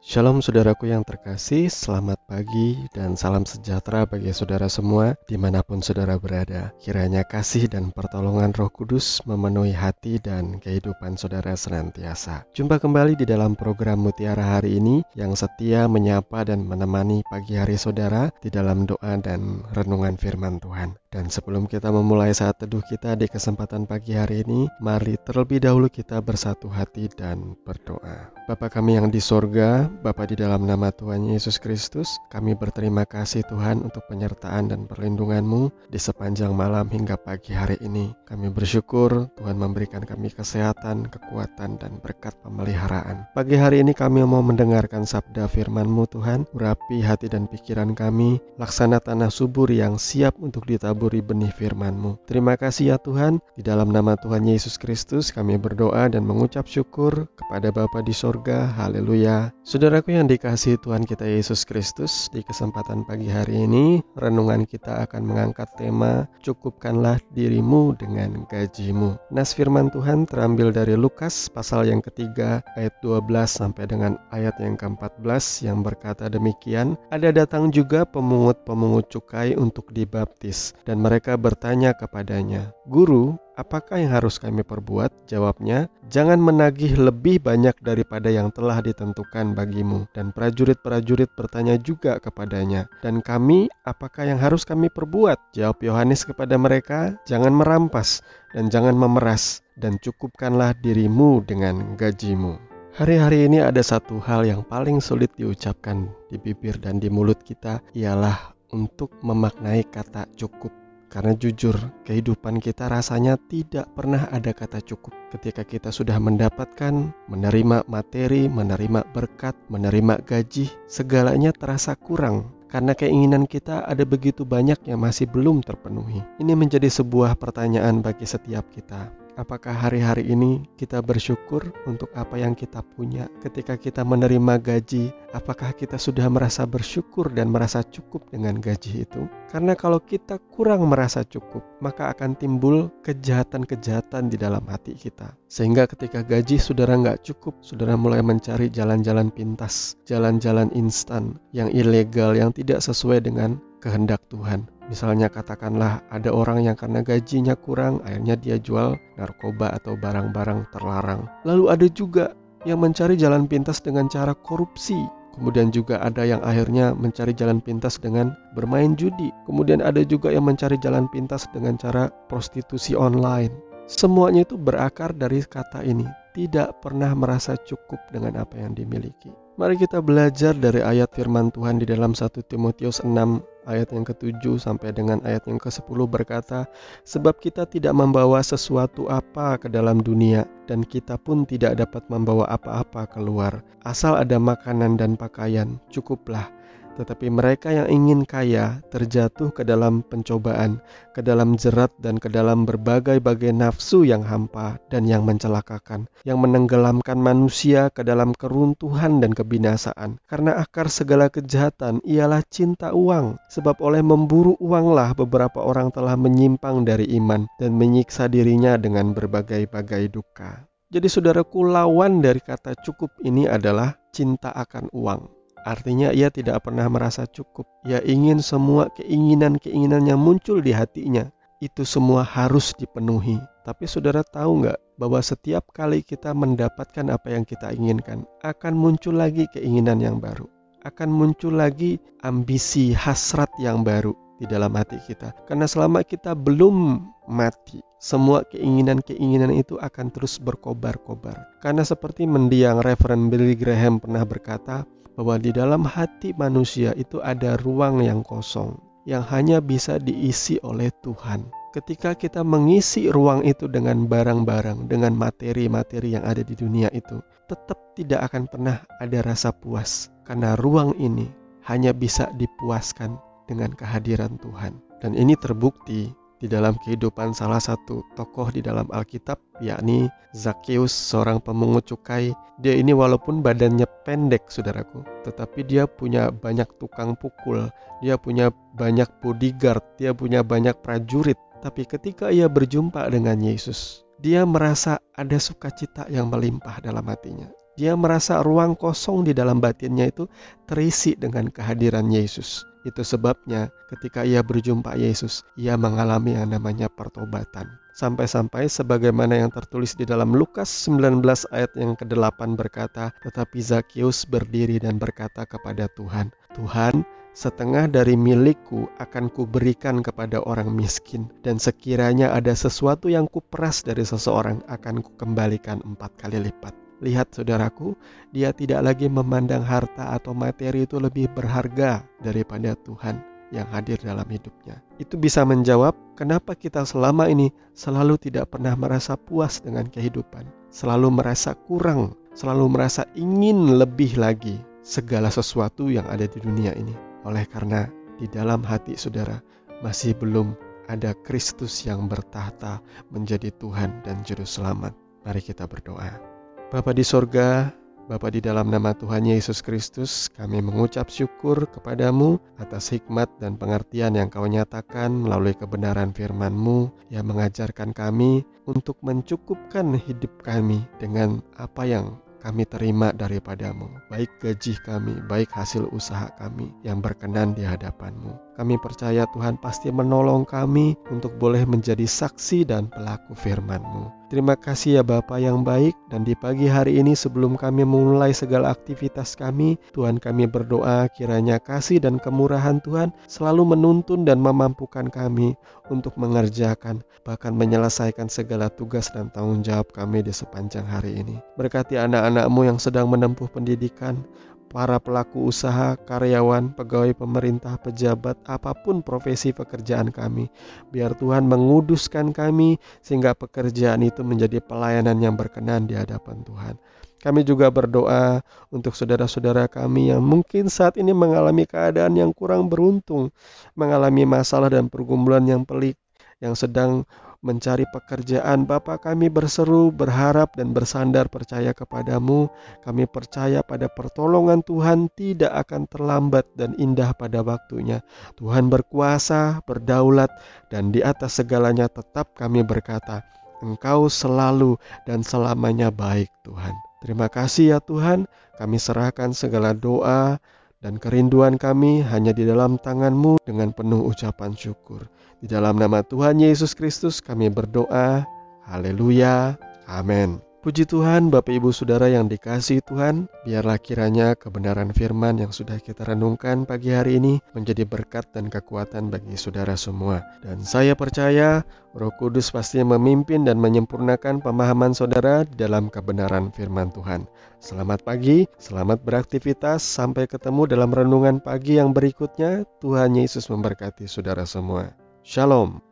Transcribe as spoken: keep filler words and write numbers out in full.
Shalom saudaraku yang terkasih, selamat pagi dan salam sejahtera bagi saudara semua dimanapun saudara berada. Kiranya kasih dan pertolongan Roh Kudus memenuhi hati dan kehidupan saudara senantiasa. Jumpa kembali di dalam program Mutiara hari ini yang setia menyapa dan menemani pagi hari saudara di dalam doa dan renungan firman Tuhan. Dan sebelum kita memulai saat teduh kita di kesempatan pagi hari ini, mari terlebih dahulu kita bersatu hati dan berdoa. Bapa kami yang di sorga, Bapa di dalam nama Tuhan Yesus Kristus, kami berterima kasih Tuhan untuk penyertaan dan perlindungan-Mu di sepanjang malam hingga pagi hari ini. Kami bersyukur Tuhan memberikan kami kesehatan, kekuatan, dan berkat pemeliharaan. Pagi hari ini kami mau mendengarkan sabda firman-Mu Tuhan, urapi hati dan pikiran kami, laksana tanah subur yang siap untuk ditaburi benih firman-Mu. Terima kasih ya Tuhan, di dalam nama Tuhan Yesus Kristus kami berdoa dan mengucap syukur kepada Bapa di sorga. Haleluya. Saudaraku yang dikasihi Tuhan kita Yesus Kristus, di kesempatan pagi hari ini renungan kita akan mengangkat tema cukupkanlah dirimu dengan gajimu. Nas firman Tuhan terambil dari Lukas pasal yang ketiga ayat dua belas sampai dengan ayat yang keempat belas yang berkata demikian, ada datang juga pemungut-pemungut cukai untuk dibaptis, dan mereka bertanya kepadanya, Guru, apakah yang harus kami perbuat? Jawabnya, jangan menagih lebih banyak daripada yang telah ditentukan bagimu. Dan prajurit-prajurit bertanya juga kepadanya, dan kami, apakah yang harus kami perbuat? Jawab Yohanes kepada mereka, jangan merampas dan jangan memeras, dan cukupkanlah dirimu dengan gajimu. Hari-hari ini ada satu hal yang paling sulit diucapkan di bibir dan di mulut kita, ialah untuk memaknai kata cukup. Karena jujur, kehidupan kita rasanya tidak pernah ada kata cukup. Ketika kita sudah mendapatkan, menerima materi, menerima berkat, menerima gaji, segalanya terasa kurang. Karena keinginan kita ada begitu banyak yang masih belum terpenuhi. Ini menjadi sebuah pertanyaan bagi setiap kita. Apakah hari-hari ini kita bersyukur untuk apa yang kita punya? Ketika kita menerima gaji, apakah kita sudah merasa bersyukur dan merasa cukup dengan gaji itu? Karena kalau kita kurang merasa cukup, maka akan timbul kejahatan-kejahatan di dalam hati kita. Sehingga ketika gaji saudara nggak cukup, saudara mulai mencari jalan-jalan pintas, jalan-jalan instan yang ilegal, yang tidak sesuai dengan kehendak Tuhan. Misalnya katakanlah ada orang yang karena gajinya kurang, akhirnya dia jual narkoba atau barang-barang terlarang. Lalu ada juga yang mencari jalan pintas dengan cara korupsi. Kemudian juga ada yang akhirnya mencari jalan pintas dengan bermain judi. Kemudian ada juga yang mencari jalan pintas dengan cara prostitusi online. Semuanya itu berakar dari kata ini, tidak pernah merasa cukup dengan apa yang dimiliki. Mari kita belajar dari ayat firman Tuhan di dalam satu Timotius enam ayat yang ketujuh sampai dengan ayat yang kesepuluh berkata, sebab kita tidak membawa sesuatu apa ke dalam dunia, dan kita pun tidak dapat membawa apa-apa keluar. Asal ada makanan dan pakaian, cukuplah. Tetapi mereka yang ingin kaya terjatuh ke dalam pencobaan, ke dalam jerat dan ke dalam berbagai-bagai nafsu yang hampa dan yang mencelakakan, yang menenggelamkan manusia ke dalam keruntuhan dan kebinasaan. Karena akar segala kejahatan ialah cinta uang, sebab oleh memburu uanglah beberapa orang telah menyimpang dari iman dan menyiksa dirinya dengan berbagai-bagai duka. Jadi saudaraku, lawan dari kata cukup ini adalah cinta akan uang. Artinya ia tidak pernah merasa cukup. Ia ingin semua keinginan-keinginan yang muncul di hatinya itu semua harus dipenuhi. Tapi saudara tahu nggak bahwa setiap kali kita mendapatkan apa yang kita inginkan, akan muncul lagi keinginan yang baru. Akan muncul lagi ambisi, hasrat yang baru di dalam hati kita. Karena selama kita belum mati, semua keinginan-keinginan itu akan terus berkobar-kobar. Karena seperti mendiang Reverend Billy Graham pernah berkata, bahwa di dalam hati manusia itu ada ruang yang kosong, yang hanya bisa diisi oleh Tuhan. Ketika kita mengisi ruang itu dengan barang-barang, dengan materi-materi yang ada di dunia itu, tetap tidak akan pernah ada rasa puas. Karena ruang ini hanya bisa dipuaskan dengan kehadiran Tuhan. Dan ini terbukti di dalam kehidupan salah satu tokoh di dalam Alkitab, yakni Zakheus, seorang pemungut cukai. Dia ini walaupun badannya pendek, saudaraku, tetapi dia punya banyak tukang pukul, dia punya banyak bodyguard, dia punya banyak prajurit. Tapi ketika ia berjumpa dengan Yesus, dia merasa ada sukacita yang melimpah dalam hatinya. Dia merasa ruang kosong di dalam batinnya itu terisi dengan kehadiran Yesus. Itu sebabnya ketika ia berjumpa Yesus, ia mengalami yang namanya pertobatan. Sampai-sampai sebagaimana yang tertulis di dalam Lukas sembilan belas ayat yang kedelapan berkata, tetapi Zakius berdiri dan berkata kepada Tuhan, Tuhan, setengah dari milikku akan kuberikan kepada orang miskin, dan sekiranya ada sesuatu yang kuperas dari seseorang akan kukembalikan empat kali lipat. Lihat saudaraku, dia tidak lagi memandang harta atau materi itu lebih berharga daripada Tuhan yang hadir dalam hidupnya. Itu bisa menjawab kenapa kita selama ini selalu tidak pernah merasa puas dengan kehidupan, selalu merasa kurang, selalu merasa ingin lebih lagi segala sesuatu yang ada di dunia ini. Oleh karena di dalam hati saudara masih belum ada Kristus yang bertahta menjadi Tuhan dan Juru Selamat. Mari kita berdoa. Bapa di sorga, Bapa di dalam nama Tuhan Yesus Kristus, kami mengucap syukur kepadamu atas hikmat dan pengertian yang Kau nyatakan melalui kebenaran firman-Mu yang mengajarkan kami untuk mencukupkan hidup kami dengan apa yang kami terima daripadamu, baik gaji kami, baik hasil usaha kami yang berkenan di hadapan-Mu. Kami percaya Tuhan pasti menolong kami untuk boleh menjadi saksi dan pelaku firman-Mu. Terima kasih ya Bapa yang baik, dan di pagi hari ini sebelum kami memulai segala aktivitas kami, Tuhan kami berdoa kiranya kasih dan kemurahan Tuhan selalu menuntun dan memampukan kami untuk mengerjakan, bahkan menyelesaikan segala tugas dan tanggung jawab kami di sepanjang hari ini. Berkati anak-anak-Mu yang sedang menempuh pendidikan, para pelaku usaha, karyawan, pegawai pemerintah, pejabat, apapun profesi pekerjaan kami. Biar Tuhan menguduskan kami sehingga pekerjaan itu menjadi pelayanan yang berkenan di hadapan Tuhan. Kami juga berdoa untuk saudara-saudara kami yang mungkin saat ini mengalami keadaan yang kurang beruntung, mengalami masalah dan pergumulan yang pelik, yang sedang mencari pekerjaan. Bapa, kami berseru, berharap dan bersandar percaya kepadamu. Kami percaya pada pertolongan Tuhan tidak akan terlambat dan indah pada waktunya. Tuhan berkuasa, berdaulat, dan di atas segalanya tetap kami berkata, Engkau selalu dan selamanya baik Tuhan. Terima kasih ya Tuhan, kami serahkan segala doa dan kerinduan kami hanya di dalam tangan-Mu dengan penuh ucapan syukur. Di dalam nama Tuhan Yesus Kristus kami berdoa. Haleluya. Amin. Puji Tuhan, Bapak Ibu Saudara yang dikasihi Tuhan, biarlah kiranya kebenaran firman yang sudah kita renungkan pagi hari ini menjadi berkat dan kekuatan bagi saudara semua. Dan saya percaya Roh Kudus pasti memimpin dan menyempurnakan pemahaman saudara dalam kebenaran firman Tuhan. Selamat pagi, selamat beraktivitas, sampai ketemu dalam renungan pagi yang berikutnya. Tuhan Yesus memberkati saudara semua. Shalom.